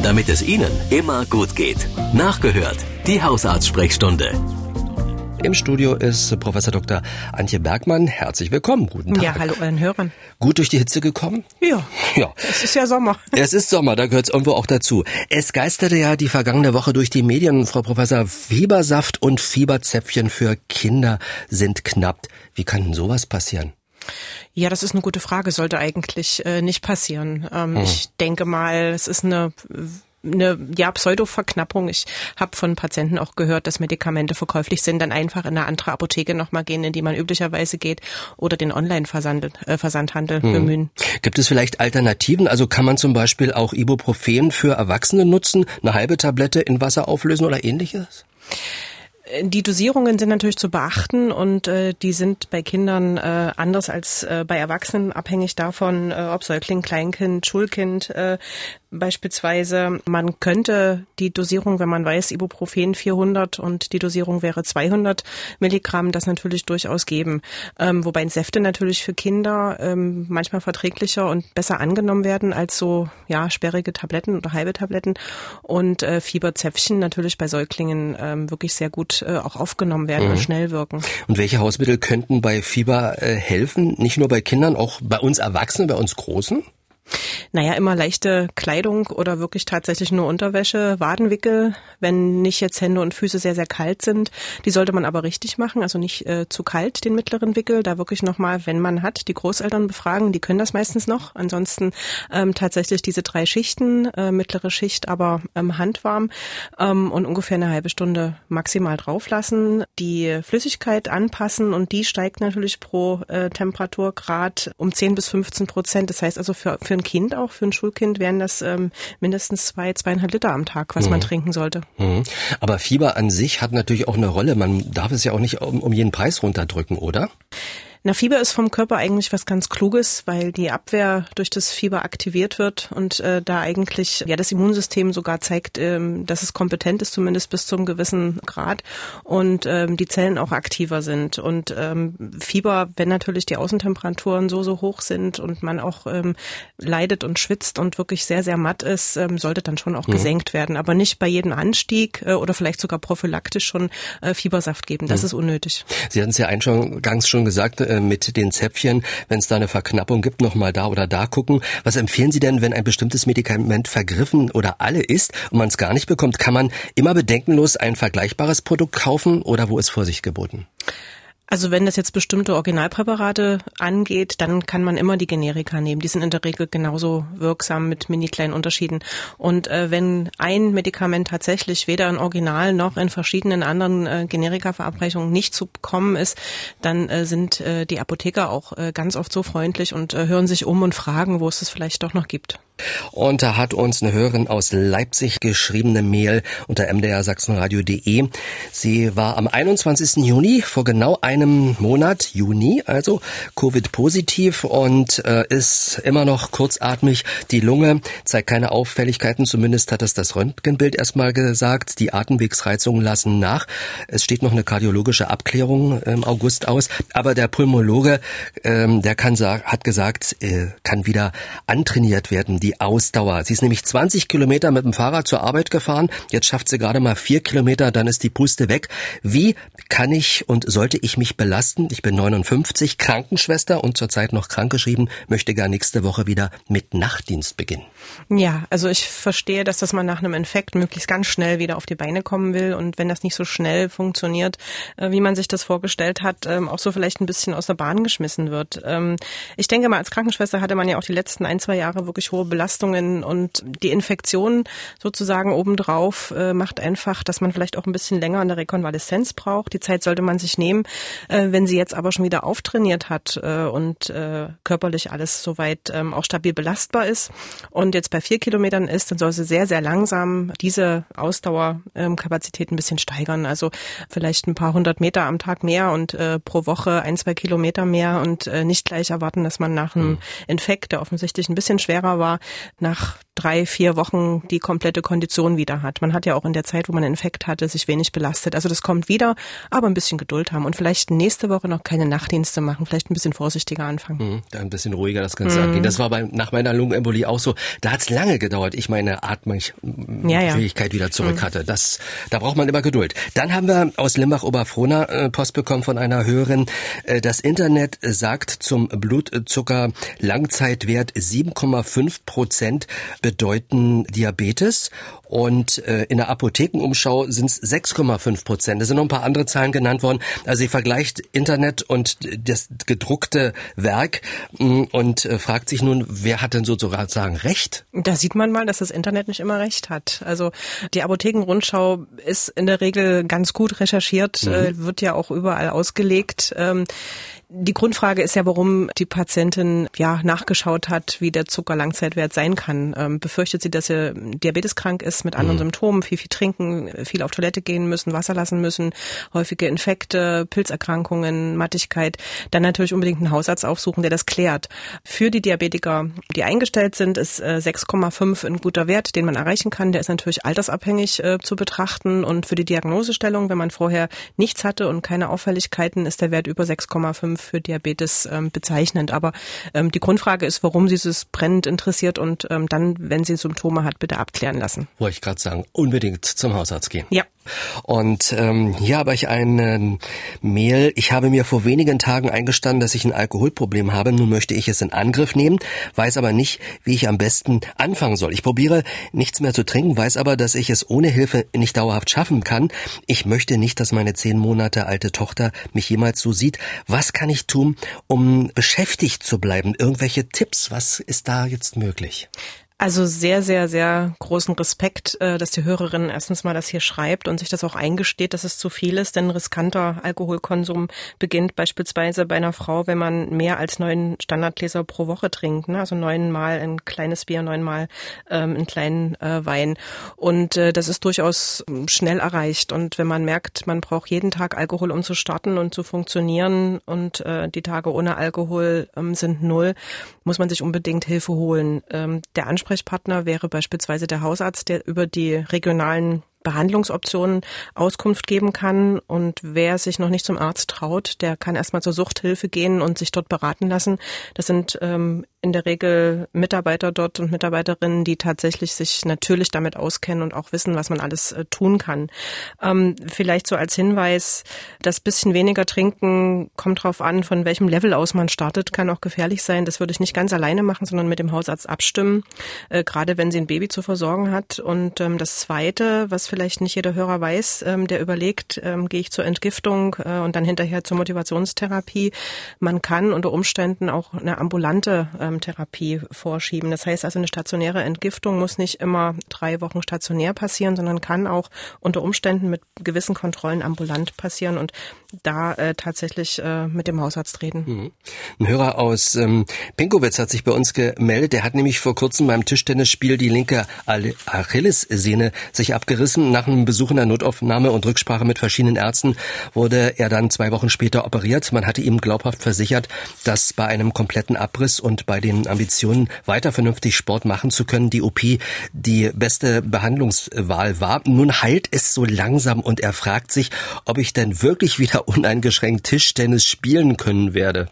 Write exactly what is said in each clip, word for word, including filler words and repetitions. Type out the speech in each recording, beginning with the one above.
damit es Ihnen immer gut geht. Nachgehört, die Hausarzt-Sprechstunde. Im Studio ist Professor Doktor Antje Bergmann. Herzlich willkommen. Guten Tag. Ja, hallo allen Hörern. Gut durch die Hitze gekommen? Ja, ja. Es ist ja Sommer. Es ist Sommer, da gehört es irgendwo auch dazu. Es geisterte ja die vergangene Woche durch die Medien, Frau Professor, Fiebersaft und Fieberzäpfchen für Kinder sind knapp. Wie kann denn sowas passieren? Ja, das ist eine gute Frage. Sollte eigentlich äh, nicht passieren. Ähm, hm. Ich denke mal, es ist eine... eine ja, Pseudo-Verknappung. Ich habe von Patienten auch gehört, dass Medikamente verkäuflich sind, dann einfach in eine andere Apotheke nochmal gehen, in die man üblicherweise geht, oder den Online-Versandhandel äh, Versandhandel hm. bemühen. Gibt es vielleicht Alternativen? Also kann man zum Beispiel auch Ibuprofen für Erwachsene nutzen, eine halbe Tablette in Wasser auflösen oder ähnliches? Die Dosierungen sind natürlich zu beachten und äh, die sind bei Kindern äh, anders als äh, bei Erwachsenen, abhängig davon, äh, ob Säugling, Kleinkind, Schulkind äh, beispielsweise. Man könnte die Dosierung, wenn man weiß, Ibuprofen vierhundert und die Dosierung wäre zweihundert Milligramm, das natürlich durchaus geben. Ähm, wobei Säfte natürlich für Kinder ähm, manchmal verträglicher und besser angenommen werden als so ja sperrige Tabletten oder halbe Tabletten. Und äh, Fieberzäpfchen natürlich bei Säuglingen ähm, wirklich sehr gut äh, auch aufgenommen werden mhm. und schnell wirken. Und welche Hausmittel könnten bei Fieber äh, helfen? Nicht nur bei Kindern, auch bei uns Erwachsenen, bei uns Großen? Naja, immer leichte Kleidung oder wirklich tatsächlich nur Unterwäsche, Wadenwickel, wenn nicht jetzt Hände und Füße sehr, sehr kalt sind. Die sollte man aber richtig machen, also nicht äh, zu kalt, den mittleren Wickel. Da wirklich nochmal, wenn man hat, die Großeltern befragen, die können das meistens noch. Ansonsten ähm, tatsächlich diese drei Schichten, äh, mittlere Schicht, aber ähm, handwarm ähm, und ungefähr eine halbe Stunde maximal drauf lassen. Die Flüssigkeit anpassen und die steigt natürlich pro äh, Temperaturgrad um zehn bis fünfzehn Prozent. Das heißt also für, für ein Kind auch, für ein Schulkind wären das ähm, mindestens zwei, zweieinhalb Liter am Tag, was mhm. man trinken sollte. Mhm. Aber Fieber an sich hat natürlich auch eine Rolle. Man darf es ja auch nicht um, um jeden Preis runterdrücken, oder? Na, Fieber ist vom Körper eigentlich was ganz Kluges, weil die Abwehr durch das Fieber aktiviert wird und äh, da eigentlich ja das Immunsystem sogar zeigt, ähm, dass es kompetent ist, zumindest bis zu einem gewissen Grad und ähm, die Zellen auch aktiver sind. Und ähm, Fieber, wenn natürlich die Außentemperaturen so, so hoch sind und man auch ähm, leidet und schwitzt und wirklich sehr, sehr matt ist, ähm, sollte dann schon auch mhm. gesenkt werden. Aber nicht bei jedem Anstieg äh, oder vielleicht sogar prophylaktisch schon äh, Fiebersaft geben. Das mhm. ist unnötig. Sie hatten es ja eingangs schon gesagt, äh, mit den Zäpfchen, wenn es da eine Verknappung gibt, nochmal da oder da gucken. Was empfehlen Sie denn, wenn ein bestimmtes Medikament vergriffen oder alle ist und man es gar nicht bekommt? Kann man immer bedenkenlos ein vergleichbares Produkt kaufen oder wo ist Vorsicht geboten? Also wenn das jetzt bestimmte Originalpräparate angeht, dann kann man immer die Generika nehmen. Die sind in der Regel genauso wirksam mit mini kleinen Unterschieden. Und äh, wenn ein Medikament tatsächlich weder in Original noch in verschiedenen anderen äh, Generika-Verabreichungen nicht zu bekommen ist, dann äh, sind äh, die Apotheker auch äh, ganz oft so freundlich und äh, hören sich um und fragen, wo es es vielleicht doch noch gibt. Und da hat uns eine Hörerin aus Leipzig geschrieben, eine Mail unter m d r sachsenradio punkt d e. Sie war am einundzwanzigsten Juni, vor genau einem Monat, Juni, also Covid-positiv und äh, ist immer noch kurzatmig. Die Lunge zeigt keine Auffälligkeiten, zumindest hat das das Röntgenbild erstmal gesagt. Die Atemwegsreizungen lassen nach. Es steht noch eine kardiologische Abklärung im August aus, aber der Pulmologe, ähm, der kann hat gesagt, äh, kann wieder antrainiert werden. Die Ausdauer. Sie ist nämlich zwanzig Kilometer mit dem Fahrrad zur Arbeit gefahren. Jetzt schafft sie gerade mal vier Kilometer, dann ist die Puste weg. Wie kann ich und sollte ich mich belasten? Ich bin neunundfünfzig, Krankenschwester und zurzeit noch krankgeschrieben, möchte gar nächste Woche wieder mit Nachtdienst beginnen. Ja, also ich verstehe, dass das man nach einem Infekt möglichst ganz schnell wieder auf die Beine kommen will und wenn das nicht so schnell funktioniert, wie man sich das vorgestellt hat, auch so vielleicht ein bisschen aus der Bahn geschmissen wird. Ich denke mal, als Krankenschwester hatte man ja auch die letzten ein, zwei Jahre wirklich hohe Belastungen und die Infektion sozusagen obendrauf äh, macht einfach, dass man vielleicht auch ein bisschen länger in der Rekonvaleszenz braucht. Die Zeit sollte man sich nehmen. Äh, wenn sie jetzt aber schon wieder auftrainiert hat äh, und äh, körperlich alles soweit ähm, auch stabil belastbar ist und jetzt bei vier Kilometern ist, dann soll sie sehr, sehr langsam diese Ausdauerkapazität ähm, ein bisschen steigern. Also vielleicht ein paar hundert Meter am Tag mehr und äh, pro Woche ein, zwei Kilometer mehr und äh, nicht gleich erwarten, dass man nach einem Infekt, der offensichtlich ein bisschen schwerer war, nach drei, vier Wochen die komplette Kondition wieder hat. Man hat ja auch in der Zeit, wo man einen Infekt hatte, sich wenig belastet. Also das kommt wieder, aber ein bisschen Geduld haben und vielleicht nächste Woche noch keine Nachtdienste machen, vielleicht ein bisschen vorsichtiger anfangen. Mhm, da ein bisschen ruhiger das Ganze mhm. angehen. Das war bei, nach meiner Lungenembolie auch so. Da hat es lange gedauert, ich meine Atmungsfähigkeit ja, ja. wieder zurück mhm. hatte. Das, da braucht man immer Geduld. Dann haben wir aus Limbach-Oberfrohna äh, Post bekommen von einer Hörerin. Äh, das Internet sagt zum Blutzucker-Langzeitwert sieben Komma fünf Prozent bedeuten Diabetes. Und äh, in der Apothekenumschau sind es sechs Komma fünf Prozent. Es sind noch ein paar andere Zahlen genannt worden. Also sie vergleicht Internet und das gedruckte Werk mh, und äh, fragt sich nun, wer hat denn sozusagen recht? Da sieht man mal, dass das Internet nicht immer recht hat. Also die Apothekenrundschau ist in der Regel ganz gut recherchiert, mhm. äh, wird ja auch überall ausgelegt. Ähm, Die Grundfrage ist ja, warum die Patientin ja nachgeschaut hat, wie der Zuckerlangzeitwert sein kann. Ähm, befürchtet sie, dass sie diabeteskrank ist mit anderen mhm. Symptomen, viel, viel trinken, viel auf Toilette gehen müssen, Wasser lassen müssen, häufige Infekte, Pilzerkrankungen, Mattigkeit. Dann natürlich unbedingt einen Hausarzt aufsuchen, der das klärt. Für die Diabetiker, die eingestellt sind, ist äh, sechs Komma fünf ein guter Wert, den man erreichen kann. Der ist natürlich altersabhängig äh, zu betrachten. Und für die Diagnosestellung, wenn man vorher nichts hatte und keine Auffälligkeiten, ist der Wert über sechs Komma fünf für Diabetes ähm, bezeichnend. Aber ähm, die Grundfrage ist, warum sie es brennend interessiert und ähm, dann, wenn sie Symptome hat, bitte abklären lassen. Wollte ich gerade sagen, unbedingt zum Hausarzt gehen. Ja. Und ähm, hier habe ich ein äh, Mail. Ich habe mir vor wenigen Tagen eingestanden, dass ich ein Alkoholproblem habe. Nun möchte ich es in Angriff nehmen, weiß aber nicht, wie ich am besten anfangen soll. Ich probiere nichts mehr zu trinken, weiß aber, dass ich es ohne Hilfe nicht dauerhaft schaffen kann. Ich möchte nicht, dass meine zehn Monate alte Tochter mich jemals so sieht. Was kann ich tun, um beschäftigt zu bleiben? Irgendwelche Tipps? Was ist da jetzt möglich? Also sehr, sehr, sehr großen Respekt, dass die Hörerin erstens mal das hier schreibt und sich das auch eingesteht, dass es zu viel ist, denn riskanter Alkoholkonsum beginnt beispielsweise bei einer Frau, wenn man mehr als neun Standardgläser pro Woche trinkt, ne? Also neunmal ein kleines Bier, neunmal ähm, einen kleinen äh, Wein und äh, das ist durchaus schnell erreicht und wenn man merkt, man braucht jeden Tag Alkohol, um zu starten und zu funktionieren und äh, die Tage ohne Alkohol ähm, sind null, muss man sich unbedingt Hilfe holen. Ähm, der Ansprechpartner Ansprechpartner wäre beispielsweise der Hausarzt, der über die regionalen Behandlungsoptionen Auskunft geben kann. Und wer sich noch nicht zum Arzt traut, der kann erstmal zur Suchthilfe gehen und sich dort beraten lassen. Das sind ähm, in der Regel Mitarbeiter dort und Mitarbeiterinnen, die tatsächlich sich natürlich damit auskennen und auch wissen, was man alles äh, tun kann. Ähm, vielleicht so als Hinweis, das bisschen weniger trinken kommt drauf an, von welchem Level aus man startet, kann auch gefährlich sein. Das würde ich nicht ganz alleine machen, sondern mit dem Hausarzt abstimmen, äh, gerade wenn sie ein Baby zu versorgen hat. Und ähm, das Zweite, was vielleicht nicht jeder Hörer weiß, ähm, der überlegt, ähm, gehe ich zur Entgiftung äh, und dann hinterher zur Motivationstherapie. Man kann unter Umständen auch eine ambulante ähm, Therapie vorschieben. Das heißt also, eine stationäre Entgiftung muss nicht immer drei Wochen stationär passieren, sondern kann auch unter Umständen mit gewissen Kontrollen ambulant passieren und da äh, tatsächlich äh, mit dem Hausarzt reden. Mhm. Ein Hörer aus ähm, Pinkowitz hat sich bei uns gemeldet. Der hat nämlich vor kurzem beim Tischtennisspiel die linke Achillessehne sich abgerissen. Nach einem Besuch in der Notaufnahme und Rücksprache mit verschiedenen Ärzten wurde er dann zwei Wochen später operiert. Man hatte ihm glaubhaft versichert, dass bei einem kompletten Abriss und bei den Ambitionen, weiter vernünftig Sport machen zu können, die O P die beste Behandlungswahl war. Nun heilt es so langsam und er fragt sich, ob ich denn wirklich wieder uneingeschränkt Tischtennis spielen können werde.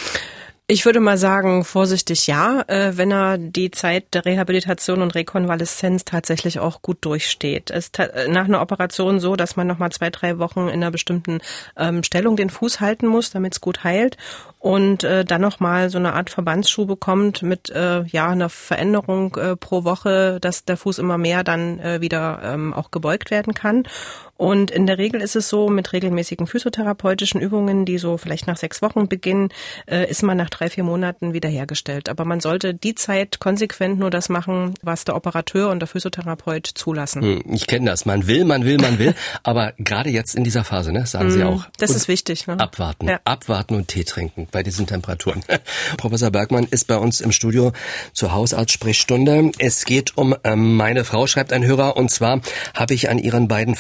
Ich würde mal sagen, vorsichtig ja, äh, wenn er die Zeit der Rehabilitation und Rekonvaleszenz tatsächlich auch gut durchsteht. Es ist ta- nach einer Operation so, dass man nochmal zwei, drei Wochen in einer bestimmten ähm, Stellung den Fuß halten muss, damit es gut heilt. Und äh, dann nochmal so eine Art Verbandsschuh bekommt mit äh, ja einer Veränderung äh, pro Woche, dass der Fuß immer mehr dann äh, wieder ähm, auch gebeugt werden kann. Und in der Regel ist es so, mit regelmäßigen physiotherapeutischen Übungen, die so vielleicht nach sechs Wochen beginnen, äh, ist man nach drei, vier Monaten wiederhergestellt. Aber man sollte die Zeit konsequent nur das machen, was der Operateur und der Physiotherapeut zulassen. Hm, ich kenne das. Man will, man will, man will. Aber gerade jetzt in dieser Phase, ne, sagen Sie auch. Das ist wichtig. Ne? Abwarten, ja. abwarten und Tee trinken bei diesen Temperaturen. Professor Bergmann ist bei uns im Studio zur Hausarztsprechstunde. Es geht um ähm, meine Frau, schreibt ein Hörer. Und zwar habe ich an ihren beiden Fersen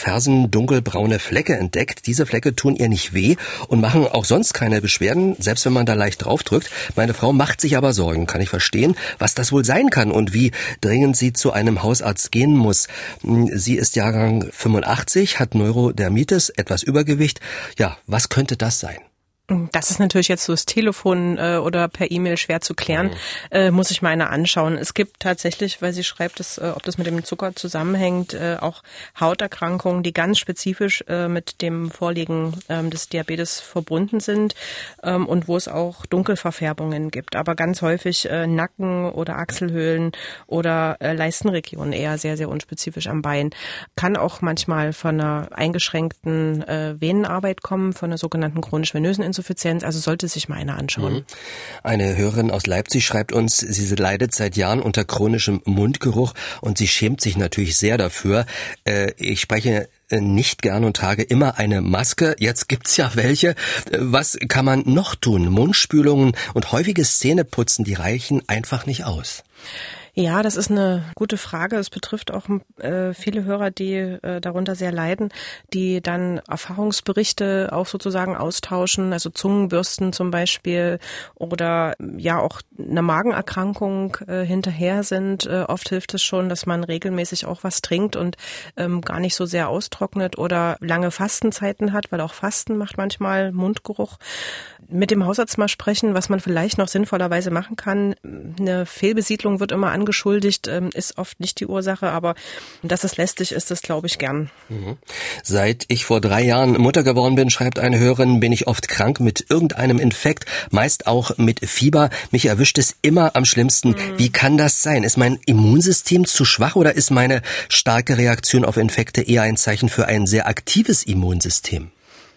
nun dunkelbraune Flecke entdeckt. Diese Flecke tun ihr nicht weh und machen auch sonst keine Beschwerden, selbst wenn man da leicht draufdrückt. Meine Frau macht sich aber Sorgen. Kann ich verstehen, was das wohl sein kann und wie dringend sie zu einem Hausarzt gehen muss. Sie ist Jahrgang fünfundachtzig, hat Neurodermitis, etwas Übergewicht. Ja, was könnte das sein? Das ist natürlich jetzt so das Telefon äh, oder per E-Mail schwer zu klären, äh, muss ich meine anschauen. Es gibt tatsächlich, weil sie schreibt, dass, äh, ob das mit dem Zucker zusammenhängt, äh, auch Hauterkrankungen, die ganz spezifisch äh, mit dem Vorliegen ähm, des Diabetes verbunden sind ähm, und wo es auch Dunkelverfärbungen gibt. Aber ganz häufig äh, Nacken oder Achselhöhlen oder äh, Leistenregionen eher sehr, sehr unspezifisch am Bein. Kann auch manchmal von einer eingeschränkten äh, Venenarbeit kommen, von einer sogenannten chronisch-venösen Insuffizienz. Also sollte sich mal einer anschauen. Eine Hörerin aus Leipzig schreibt uns, sie leidet seit Jahren unter chronischem Mundgeruch und sie schämt sich natürlich sehr dafür. Äh, ich spreche nicht gern und trage immer eine Maske. Jetzt gibt's ja welche. Was kann man noch tun? Mundspülungen und häufiges Zähneputzen, die reichen einfach nicht aus. Ja, das ist eine gute Frage. Es betrifft auch äh, viele Hörer, die äh, darunter sehr leiden, die dann Erfahrungsberichte auch sozusagen austauschen, also Zungenbürsten zum Beispiel oder ja auch eine Magenerkrankung äh, hinterher sind. Äh, oft hilft es schon, dass man regelmäßig auch was trinkt und ähm, gar nicht so sehr austrocknet oder lange Fastenzeiten hat, weil auch Fasten macht manchmal Mundgeruch. Mit dem Hausarzt mal sprechen, was man vielleicht noch sinnvollerweise machen kann. Eine Fehlbesiedlung wird immer angeschuldigt, ist oft nicht die Ursache, aber dass es lästig ist, das glaube ich gern. Mhm. Seit ich vor drei Jahren Mutter geworden bin, schreibt eine Hörerin, bin ich oft krank mit irgendeinem Infekt, meist auch mit Fieber. Mich erwischt es immer am schlimmsten. Mhm. Wie kann das sein? Ist mein Immunsystem zu schwach oder ist meine starke Reaktion auf Infekte eher ein Zeichen für ein sehr aktives Immunsystem?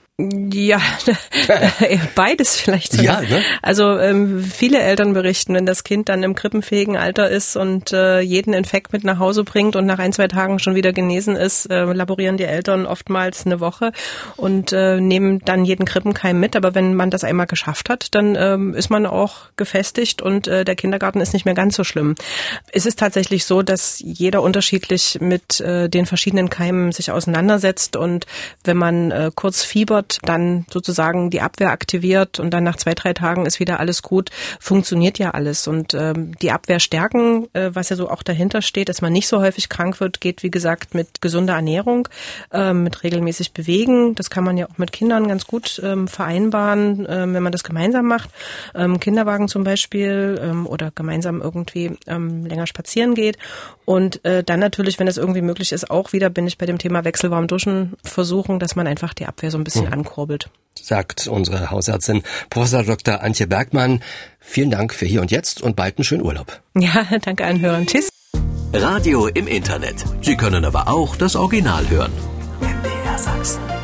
Ja, beides vielleicht sogar. Ja, ne? Also ähm, viele Eltern berichten, wenn das Kind dann im krippenfähigen Alter ist und äh, jeden Infekt mit nach Hause bringt und nach ein, zwei Tagen schon wieder genesen ist, äh, laborieren die Eltern oftmals eine Woche und äh, nehmen dann jeden Krippenkeim mit. Aber wenn man das einmal geschafft hat, dann ähm, ist man auch gefestigt und äh, der Kindergarten ist nicht mehr ganz so schlimm. Es ist tatsächlich so, dass jeder unterschiedlich mit äh, den verschiedenen Keimen sich auseinandersetzt und wenn man äh, kurz fiebert, dann sozusagen die Abwehr aktiviert und dann nach zwei, drei Tagen ist wieder alles gut, funktioniert ja alles. Und ähm, die Abwehr stärken, äh, was ja so auch dahinter steht, dass man nicht so häufig krank wird, geht wie gesagt mit gesunder Ernährung, äh, mit regelmäßig Bewegen. Das kann man ja auch mit Kindern ganz gut ähm, vereinbaren, äh, wenn man das gemeinsam macht. Ähm, Kinderwagen zum Beispiel ähm, oder gemeinsam irgendwie ähm, länger spazieren geht. Und äh, dann natürlich, wenn das irgendwie möglich ist, auch wieder bin ich bei dem Thema wechselwarm duschen versuchen, dass man einfach die Abwehr so ein bisschen mhm. ankurbelt. Sagt unsere Hausärztin Professor Doktor Antje Bergmann. Vielen Dank für hier und jetzt und bald einen schönen Urlaub. Ja, danke allen Hörern. Tschüss. Radio im Internet. Sie können aber auch das Original hören. M D R Sachsen.